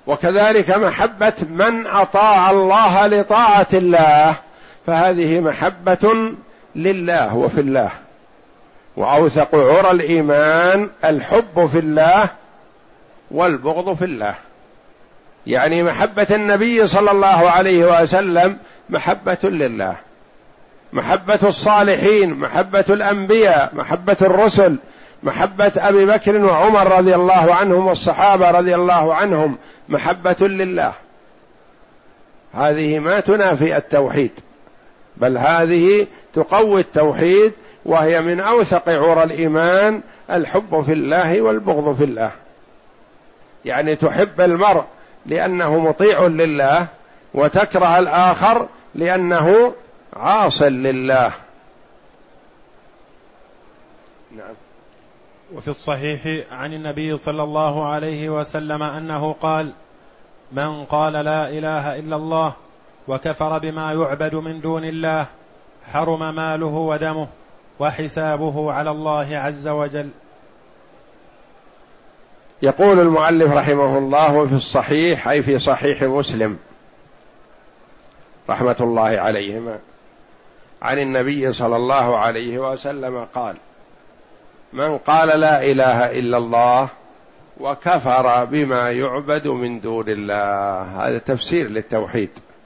وكذلك محبة من أطاع الله لطاعة الله، فهذه محبة لله وفي الله. وأوثق عرى الإيمان الحب في الله والبغض في الله، يعني محبة النبي صلى الله عليه وسلم محبة لله، محبة الصالحين، محبة الأنبياء، محبة الرسل، محبة أبي بكر وعمر رضي الله عنهم والصحابة رضي الله عنهم محبة لله. هذه ما تنافي التوحيد، بل هذه تقوي التوحيد، وهي من أوثق عرى الإيمان الحب في الله والبغض في الله. يعني تحب المرء لأنه مطيع لله، وتكره الآخر لأنه عاص لله. نعم. وفي الصحيح عن النبي صلى الله عليه وسلم أنه قال: من قال لا إله إلا الله وكفر بما يعبد من دون الله حرم ماله ودمه وحسابه على الله عز وجل. يقول المؤلف رحمه الله: في الصحيح أي في صحيح مسلم رحمة الله عليهما عن النبي صلى الله عليه وسلم قال: من قال لا إله إلا الله وكفر بما يعبد من دون الله. هذا تفسير للتوحيد.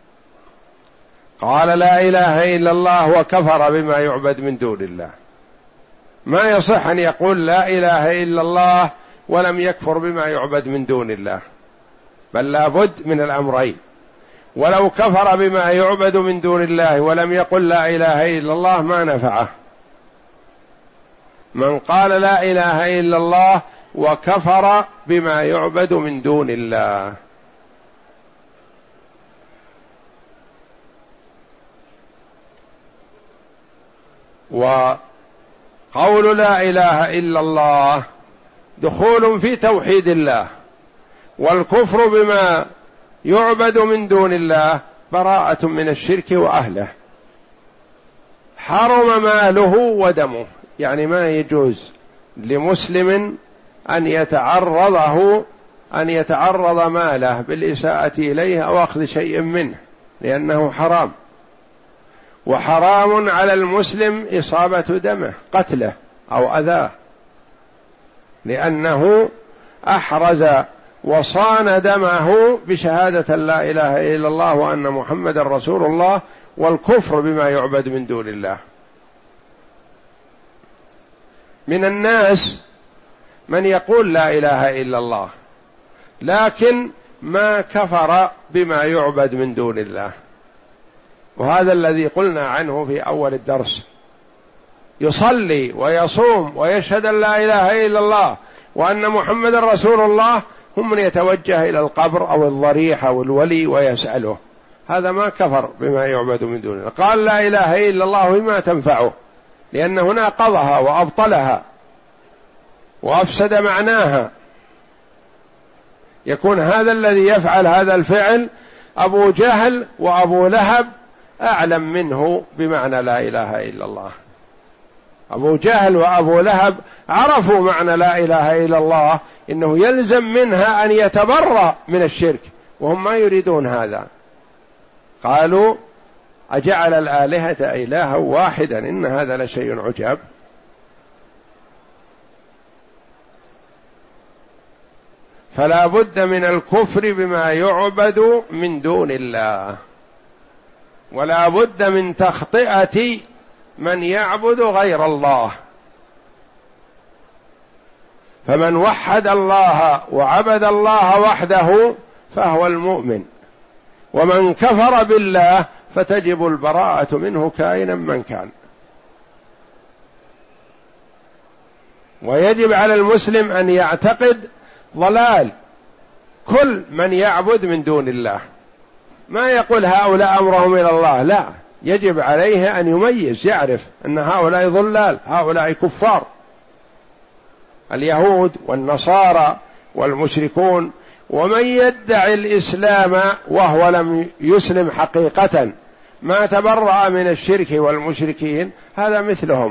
قال لا إله إلا الله وكفر بما يعبد من دون الله. ما يصح أن يقول لا إله إلا الله ولم يكفر بما يعبد من دون الله، بل لا بد من الأمرين. ولو كفر بما يعبد من دون الله ولم يقل لا إله إلا الله ما نفعه. من قال لا إله إلا الله وكفر بما يعبد من دون الله. وقول لا إله إلا الله دخول في توحيد الله، والكفر بما يعبد من دون الله براءة من الشرك وأهله. حرم ماله ودمه، يعني ما يجوز لمسلم أن يتعرض ماله بالإساءة إليه أو أخذ شيء منه، لأنه حرام. وحرام على المسلم إصابة دمه، قتله أو أذاه، لأنه أحرز وصان دمه بشهادة لا إله إلا الله وأن محمد رسول الله، والكفر بما يعبد من دون الله. من الناس من يقول لا إله إلا الله لكن ما كفر بما يعبد من دون الله، وهذا الذي قلنا عنه في أول الدرس. يصلي ويصوم ويشهد أن لا إله إلا الله وأن محمد رسول الله، هم من يتوجه إلى القبر أو الضريح أو الولي ويسأله، هذا ما كفر بما يعبد من دون الله. قال لا إله إلا الله ما تنفعه، لأنه ناقضها وأبطلها وأفسد معناها. يكون هذا الذي يفعل هذا الفعل أبو جهل وأبو لهب أعلم منه بمعنى لا إله إلا الله. أبو جهل وأبو لهب عرفوا معنى لا إله إلا الله، إنه يلزم منها أن يتبرأ من الشرك، وهم ما يريدون هذا. قالوا أجعل الآلهة إلها واحدا إن هذا لشيء عجاب. فلا بد من الكفر بما يعبد من دون الله، ولا بد من تخطئة من يعبد غير الله. فمن وحد الله وعبد الله وحده فهو المؤمن، ومن كفر بالله فتجب البراءة منه كائنا من كان. ويجب على المسلم أن يعتقد ضلال كل من يعبد من دون الله، ما يقول هؤلاء أمرهم إلى الله، لا، يجب عليه أن يميز، يعرف أن هؤلاء ضلال، هؤلاء كفار. اليهود والنصارى والمشركون، ومن يدعي الإسلام وهو لم يسلم حقيقة، ما تبرأ من الشرك والمشركين، هذا مثلهم.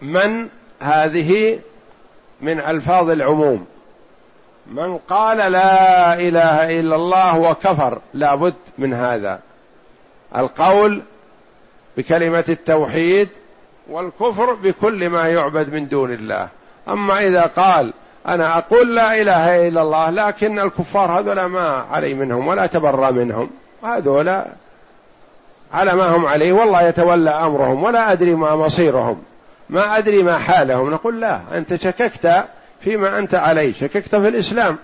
من هذه من ألفاظ العموم، من قال لا إله إلا الله وكفر لا بد من هذا القول بكلمة التوحيد والكفر بكل ما يعبد من دون الله. أما إذا قال أنا أقول لا إله إلا الله لكن الكفار هذولا ما علي منهم ولا تبرأ منهم، هذولا على ما هم عليه والله يتولى أمرهم ولا أدري ما مصيرهم، ما أدري ما حالهم، نقول لا، أنت شككت فيما أنت عليه، شككت في الإسلام.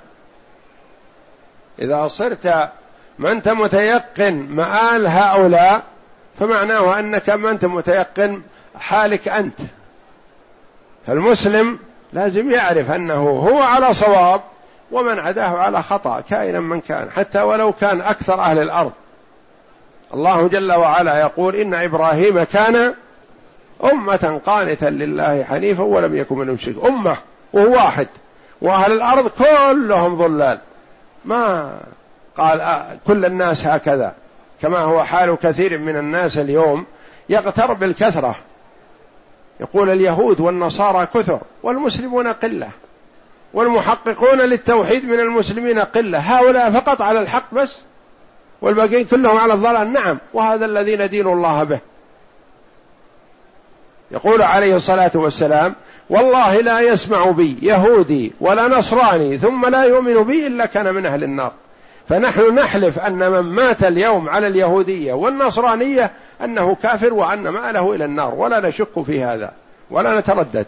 إذا صرت ما أنت متيقن مآل هؤلاء فمعناه أنك ما أنت متيقن حالك أنت. فالمسلم لازم يعرف أنه هو على صواب ومن عداه على خطأ كائنا من كان، حتى ولو كان أكثر أهل الأرض. الله جل وعلا يقول إن إبراهيم كان أمة قانتا لله حنيفا ولم يكن من المشركين، أمة وهو واحد، وأهل الأرض كلهم ضلال، ما قال كل الناس هكذا، كما هو حال كثير من الناس اليوم يغتر بالكثرة، يقول اليهود والنصارى كثر والمسلمون قلة، والمحققون للتوحيد من المسلمين قلة، هؤلاء فقط على الحق بس والباقين كلهم على الضلال. نعم، وهذا الذي ندين الله به. يقول عليه الصلاة والسلام والله لا يسمع بي يهودي ولا نصراني ثم لا يؤمن بي إلا كان من أهل النار. فنحن نحلف أن من مات اليوم على اليهودية والنصرانية أنه كافر وأن مآله إلى النار، ولا نشك في هذا ولا نتردد،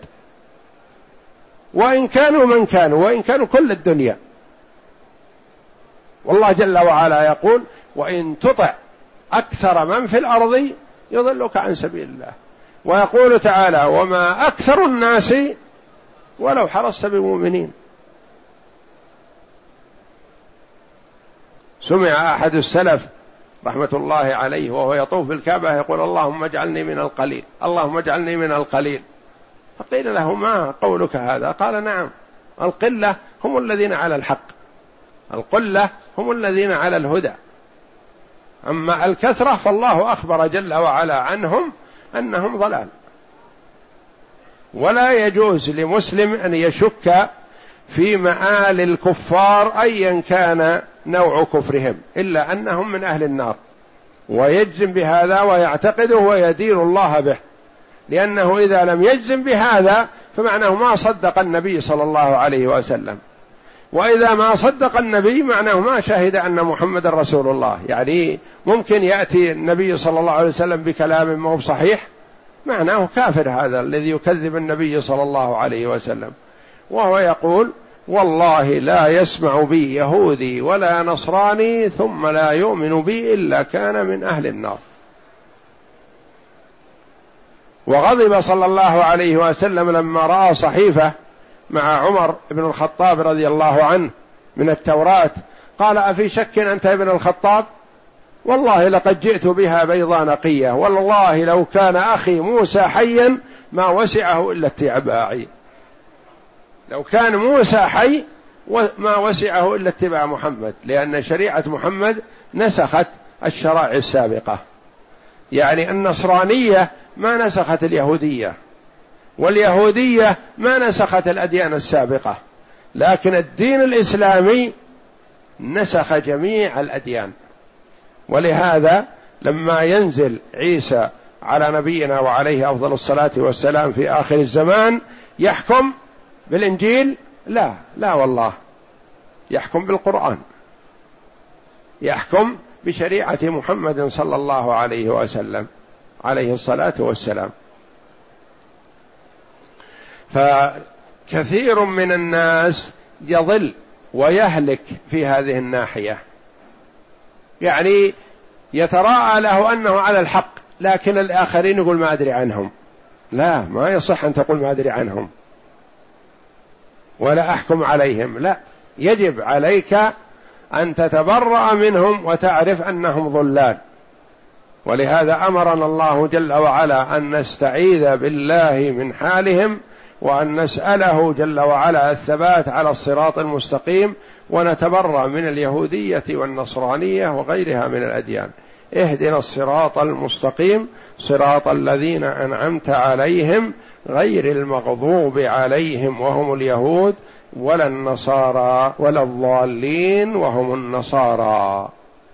وإن كانوا من كانوا، وإن كانوا كل الدنيا. والله جل وعلا يقول وإن تطع أكثر من في الأرض يضلك عن سبيل الله، ويقول تعالى وما أكثر الناس ولو حرصت بمؤمنين. سمع أحد السلف رحمة الله عليه وهو يطوف بالكعبة يقول اللهم اجعلني من القليل، اللهم اجعلني من القليل. فقيل له ما قولك هذا؟ قال نعم، القلة هم الذين على الحق، القلة هم الذين على الهدى، أما الكثرة فالله أخبر جل وعلا عنهم أنهم ضلال. ولا يجوز لمسلم أن يشك في مآل الكفار أيا كان نوع كفرهم إلا أنهم من أهل النار، ويجزم بهذا ويعتقده ويدين الله به، لأنه إذا لم يجزم بهذا فمعناه ما صدق النبي صلى الله عليه وسلم، وإذا ما صدق النبي معناه ما شهد أن محمد رسول الله. يعني ممكن يأتي النبي صلى الله عليه وسلم بكلام ما هو صحيح، معناه كافر هذا الذي يكذب النبي صلى الله عليه وسلم. وهو يقول والله لا يسمع بي يهودي ولا نصراني ثم لا يؤمن بي إلا كان من أهل النار. وغضب صلى الله عليه وسلم لما رأى صحيفة مع عمر بن الخطاب رضي الله عنه من التوراة، قال أفي شك أنت ابن الخطاب؟ والله لقد جئت بها بيضاء نقية، والله لو كان أخي موسى حيا ما وسعه إلا اتباعي. لو كان موسى حي ما وسعه إلا اتباع محمد، لأن شريعة محمد نسخت الشرائع السابقة. يعني النصرانية ما نسخت اليهودية، واليهودية ما نسخت الأديان السابقة، لكن الدين الإسلامي نسخ جميع الأديان. ولهذا لما ينزل عيسى على نبينا وعليه أفضل الصلاة والسلام في آخر الزمان يحكم بالإنجيل؟ لا والله، يحكم بالقرآن، يحكم بشريعة محمد صلى الله عليه وسلم عليه الصلاة والسلام. فكثير من الناس يضل ويهلك في هذه الناحية، يعني يتراءى له أنه على الحق لكن الآخرين يقول ما أدري عنهم. لا، ما يصح أن تقول ما أدري عنهم ولا أحكم عليهم، لا، يجب عليك أن تتبرأ منهم وتعرف أنهم ضلال. ولهذا أمرنا الله جل وعلا أن نستعيذ بالله من حالهم، وأن نسأله جل وعلا الثبات على الصراط المستقيم، ونتبرأ من اليهودية والنصرانية وغيرها من الأديان. اهدنا الصراط المستقيم صراط الذين أنعمت عليهم غير المغضوب عليهم وهم اليهود ولا النصارى ولا الضالين وهم النصارى.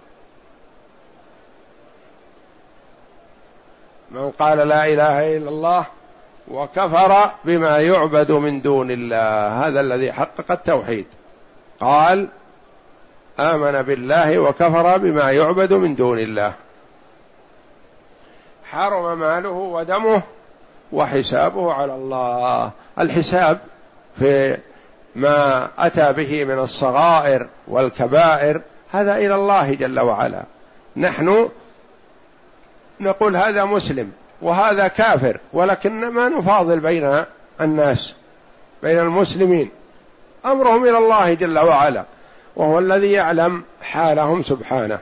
من قال لا إله إلا الله وكفر بما يعبد من دون الله، هذا الذي حقق التوحيد، قال آمن بالله وكفر بما يعبد من دون الله، حرم ماله ودمه وحسابه على الله. الحساب في ما أتى به من الصغائر والكبائر هذا إلى الله جل وعلا. نحن نقول هذا مسلم وهذا كافر، ولكن ما نفاضل بين الناس، بين المسلمين، أمرهم إلى الله جل وعلا، وهو الذي يعلم حالهم سبحانه.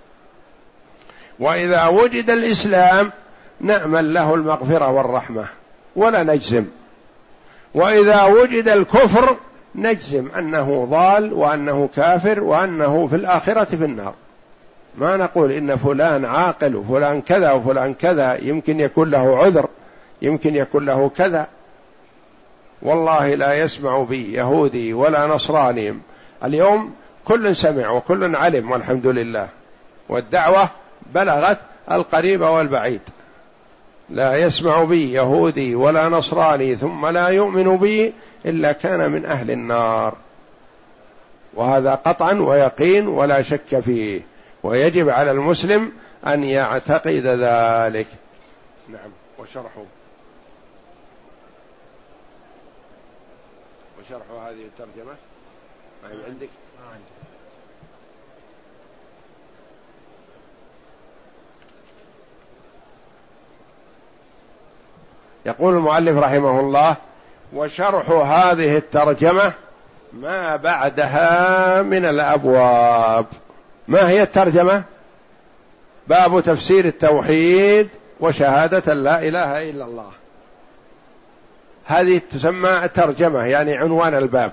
وإذا وجد الإسلام نأمل له المغفرة والرحمة ولا نجزم، وإذا وجد الكفر نجزم أنه ضال وأنه كافر وأنه في الآخرة في النار. ما نقول إن فلان عاقل وفلان كذا وفلان كذا، يمكن يكون له عذر، يمكن يكون له كذا. والله لا يسمع بي يهودي ولا نصراني، اليوم كل سمع وكل علم والحمد لله، والدعوة بلغت القريب والبعيد. لا يسمع بي يهودي ولا نصراني ثم لا يؤمن بي إلا كان من أهل النار، وهذا قطعا ويقين ولا شك فيه، ويجب على المسلم أن يعتقد ذلك. نعم. وشرح هذه الترجمة ما هي عندك؟ يقول المؤلف رحمه الله: وشرح هذه الترجمة ما بعدها من الأبواب. ما هي الترجمة؟ باب تفسير التوحيد وشهادة لا إله إلا الله، هذه تسمى ترجمة يعني عنوان الباب.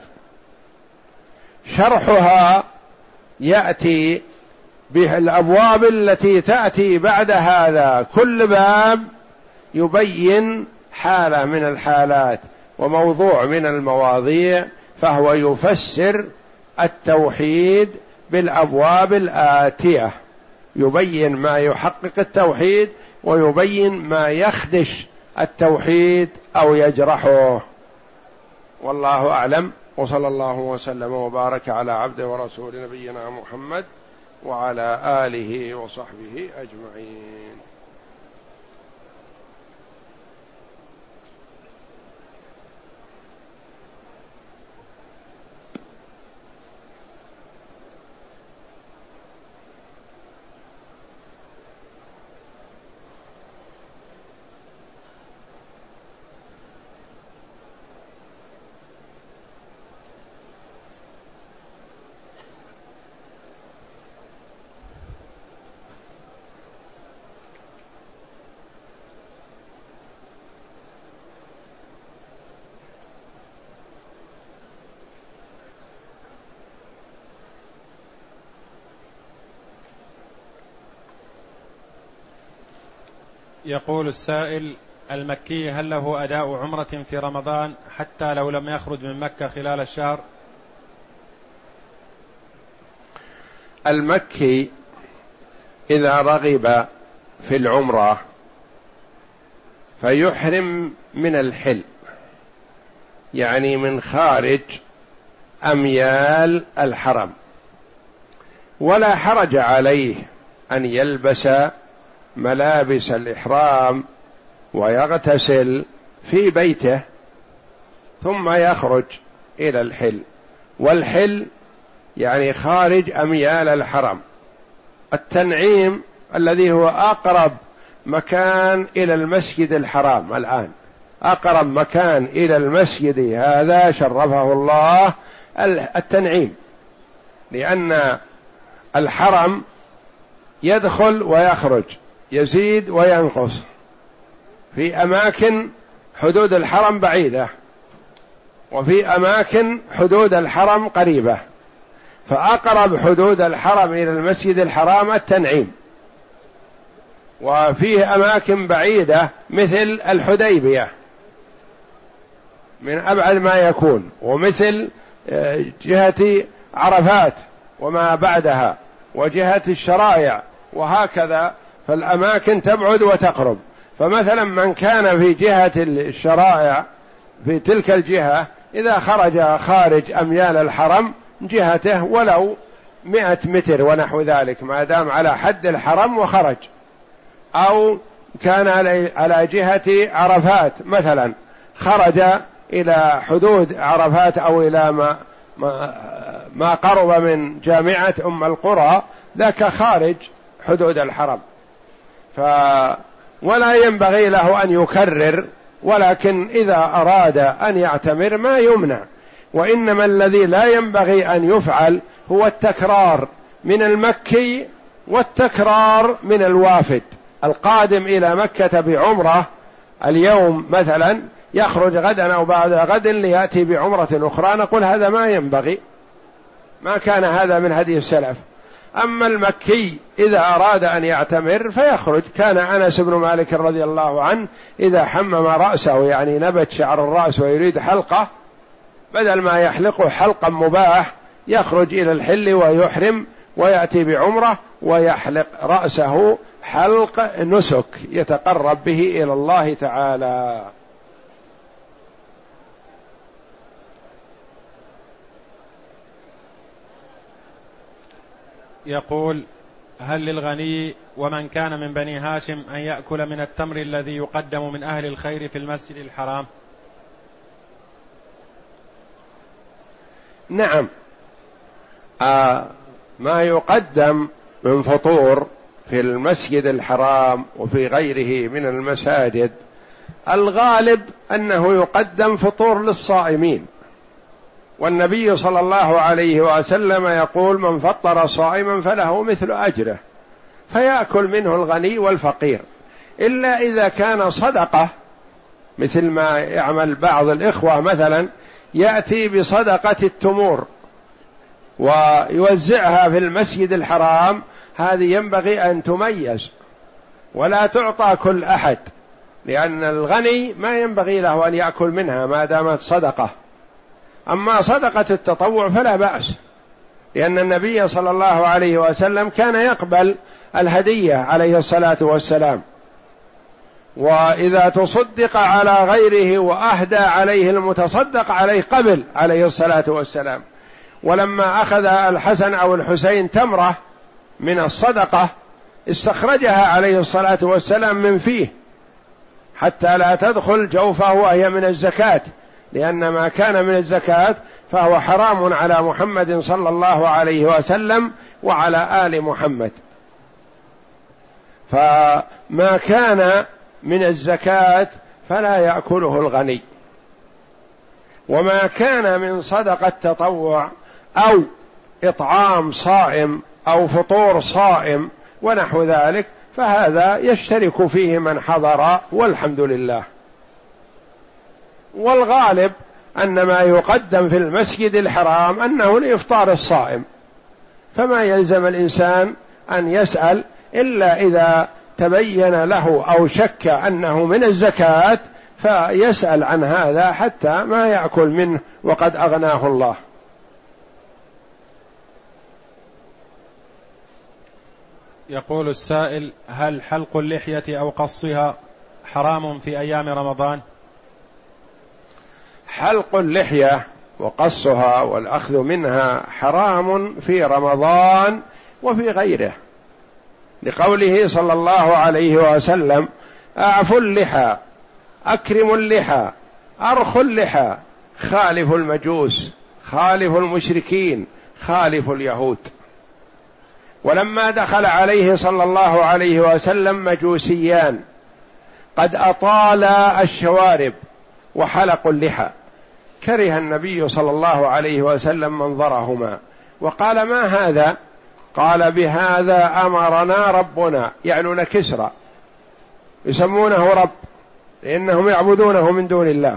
شرحها يأتي بالأبواب التي تأتي بعد هذا، كل باب يبين حالة من الحالات وموضوع من المواضيع، فهو يفسر التوحيد بالأبواب الآتية، يبين ما يحقق التوحيد ويبين ما يخدش التوحيد أو يجرحه. والله أعلم، وصلى الله وسلم وبارك على عبده ورسول نبينا محمد وعلى آله وصحبه أجمعين. يقول السائل: المكي هل له أداء عمرة في رمضان حتى لو لم يخرج من مكة خلال الشهر؟ المكي إذا رغب في العمرة فيحرم من الحل، يعني من خارج أميال الحرم، ولا حرج عليه أن يلبس ملابس الإحرام ويغتسل في بيته ثم يخرج إلى الحل. والحل يعني خارج أميال الحرم. التنعيم الذي هو أقرب مكان إلى المسجد الحرام الآن، أقرب مكان إلى المسجد هذا شرفه الله التنعيم، لأن الحرم يدخل ويخرج، يزيد وينقص، في أماكن حدود الحرم بعيدة وفي أماكن حدود الحرم قريبة، فأقرب حدود الحرم إلى المسجد الحرام التنعيم، وفيه أماكن بعيدة مثل الحديبية من أبعد ما يكون، ومثل جهة عرفات وما بعدها، وجهة الشرائع، وهكذا، فالأماكن تبعد وتقرب. فمثلا من كان في جهة الشرائع في تلك الجهة إذا خرج خارج أميال الحرم جهته ولو 100 متر ونحو ذلك، ما دام على حد الحرم وخرج، أو كان على جهة عرفات مثلا خرج إلى حدود عرفات أو إلى ما قرب من جامعة أم القرى، ذاك خارج حدود الحرم، ولا ينبغي له أن يكرر، ولكن إذا أراد أن يعتمر ما يمنع. وإنما الذي لا ينبغي أن يفعل هو التكرار من المكي والتكرار من الوافد القادم إلى مكة بعمرة اليوم مثلا يخرج غدا أو بعد غد ليأتي بعمرة أخرى، نقول هذا ما ينبغي، ما كان هذا من هدي السلف. أما المكي إذا أراد أن يعتمر فيخرج. كان أنس بن مالك رضي الله عنه إذا حمم رأسه، يعني نبت شعر الرأس ويريد حلقة، بدل ما يحلقه حلقا مباح يخرج إلى الحل ويحرم ويأتي بعمرة ويحلق رأسه حلق نسك يتقرب به إلى الله تعالى. يقول: هل للغني ومن كان من بني هاشم أن يأكل من التمر الذي يقدم من أهل الخير في المسجد الحرام؟ نعم، ما يقدم من فطور في المسجد الحرام وفي غيره من المساجد الغالب أنه يقدم فطور للصائمين، والنبي صلى الله عليه وسلم يقول: من فطر صائما فله مثل أجره، فيأكل منه الغني والفقير، إلا إذا كان صدقة، مثل ما يعمل بعض الإخوة مثلا يأتي بصدقة التمور ويوزعها في المسجد الحرام، هذه ينبغي أن تميز ولا تعطى كل أحد، لأن الغني ما ينبغي له أن يأكل منها ما دامت صدقة. أما صدقة التطوع فلا بأس، لأن النبي صلى الله عليه وسلم كان يقبل الهدية عليه الصلاة والسلام، وإذا تصدق على غيره وأهدى عليه المتصدق عليه قبل عليه الصلاة والسلام. ولما أخذ الحسن أو الحسين تمرة من الصدقة استخرجها عليه الصلاة والسلام من فيه حتى لا تدخل جوفه وهي من الزكاة، لأن ما كان من الزكاة فهو حرام على محمد صلى الله عليه وسلم وعلى آل محمد. فما كان من الزكاة فلا يأكله الغني، وما كان من صدقة تطوع أو إطعام صائم أو فطور صائم ونحو ذلك فهذا يشترك فيه من حضر، والحمد لله. والغالب أن ما يقدم في المسجد الحرام أنه لإفطار الصائم، فما يلزم الإنسان أن يسأل إلا إذا تبين له أو شك أنه من الزكاة، فيسأل عن هذا حتى ما يأكل منه وقد أغناه الله. يقول السائل: هل حلق اللحية أو قصها حرام في أيام رمضان؟ حلق اللحية وقصها والأخذ منها حرام في رمضان وفي غيره، لقوله صلى الله عليه وسلم: أعفوا اللحى، أكرموا اللحى، أرخوا اللحى، خالفوا المجوس، خالفوا المشركين، خالفوا اليهود. ولما دخل عليه صلى الله عليه وسلم مجوسيان قد أطالا الشوارب وحلقوا اللحى، كره النبي صلى الله عليه وسلم منظرهما وقال: ما هذا؟ قال: بهذا أمرنا ربنا، يعنون كسرى، يسمونه رب لأنهم يعبدونه من دون الله.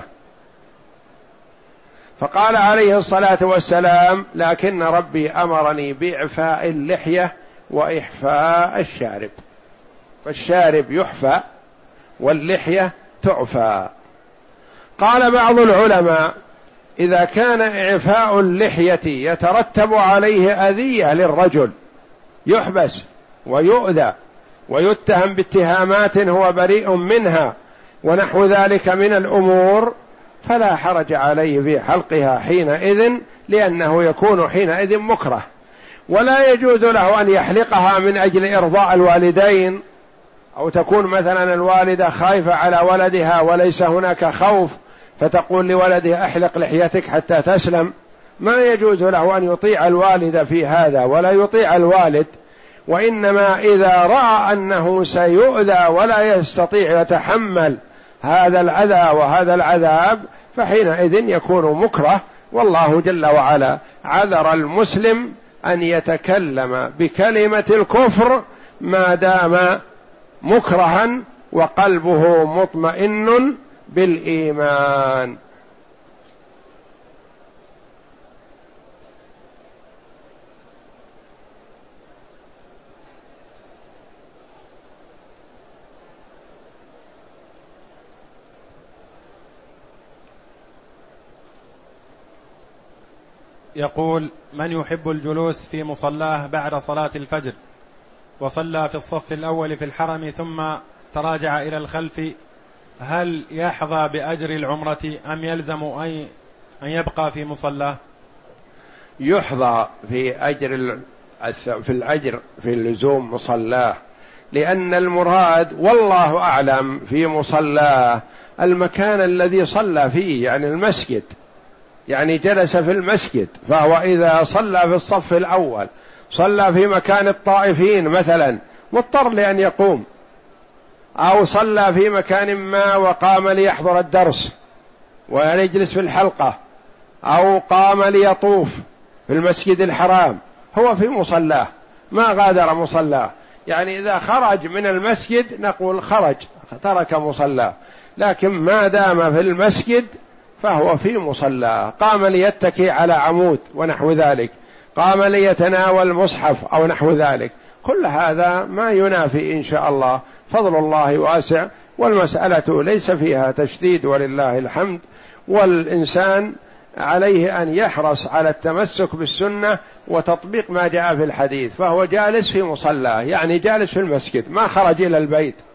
فقال عليه الصلاة والسلام: لكن ربي أمرني بإعفاء اللحية وإحفاء الشارب. فالشارب يحفى واللحية تعفى. قال بعض العلماء إذا كان إعفاء اللحية يترتب عليه أذية للرجل، يحبس ويؤذى ويتهم باتهامات هو بريء منها ونحو ذلك من الأمور، فلا حرج عليه في حلقها حينئذ، لأنه يكون حينئذ مكره. ولا يجوز له أن يحلقها من أجل إرضاء الوالدين، أو تكون مثلا الوالدة خايفة على ولدها وليس هناك خوف فتقول لولدها احلق لحيتك حتى تسلم. ما يجوز له أن يطيع الوالد في هذا ولا يطيع الوالد، وإنما إذا رأى أنه سيؤذى ولا يستطيع يتحمل هذا الأذى وهذا العذاب فحينئذ يكون مكره. والله جل وعلا عذر المسلم أن يتكلم بكلمة الكفر ما دام مكرها وقلبه مطمئن بالإيمان. يقول: من يحب الجلوس في مصلاه بعد صلاة الفجر وصلى في الصف الأول في الحرم ثم تراجع إلى الخلف، هل يحظى بأجر العمرة أم يلزم أن يبقى في مصلاه؟ يحظى في الأجر في اللزوم مصلاه، لأن المراد والله أعلم في مصلاه المكان الذي صلى فيه، يعني المسجد، يعني جلس في المسجد. فهو إذا صلى في الصف الأول صلى في مكان الطائفين مثلا مضطر لأن يقوم، أو صلى في مكان ما وقام ليحضر الدرس ويجلس في الحلقة، أو قام ليطوف في المسجد الحرام، هو في مصلاه ما غادر مصلاه. يعني إذا خرج من المسجد نقول خرج ترك مصلاه، لكن ما دام في المسجد فهو في مصلاه. قام ليتكي على عمود ونحو ذلك، قام ليتناول مصحف أو نحو ذلك، كل هذا ما ينافي إن شاء الله. فضل الله واسع، والمسألة ليس فيها تشديد ولله الحمد. والإنسان عليه أن يحرص على التمسك بالسنة وتطبيق ما جاء في الحديث، فهو جالس في مصلاه يعني جالس في المسجد ما خرج إلى البيت.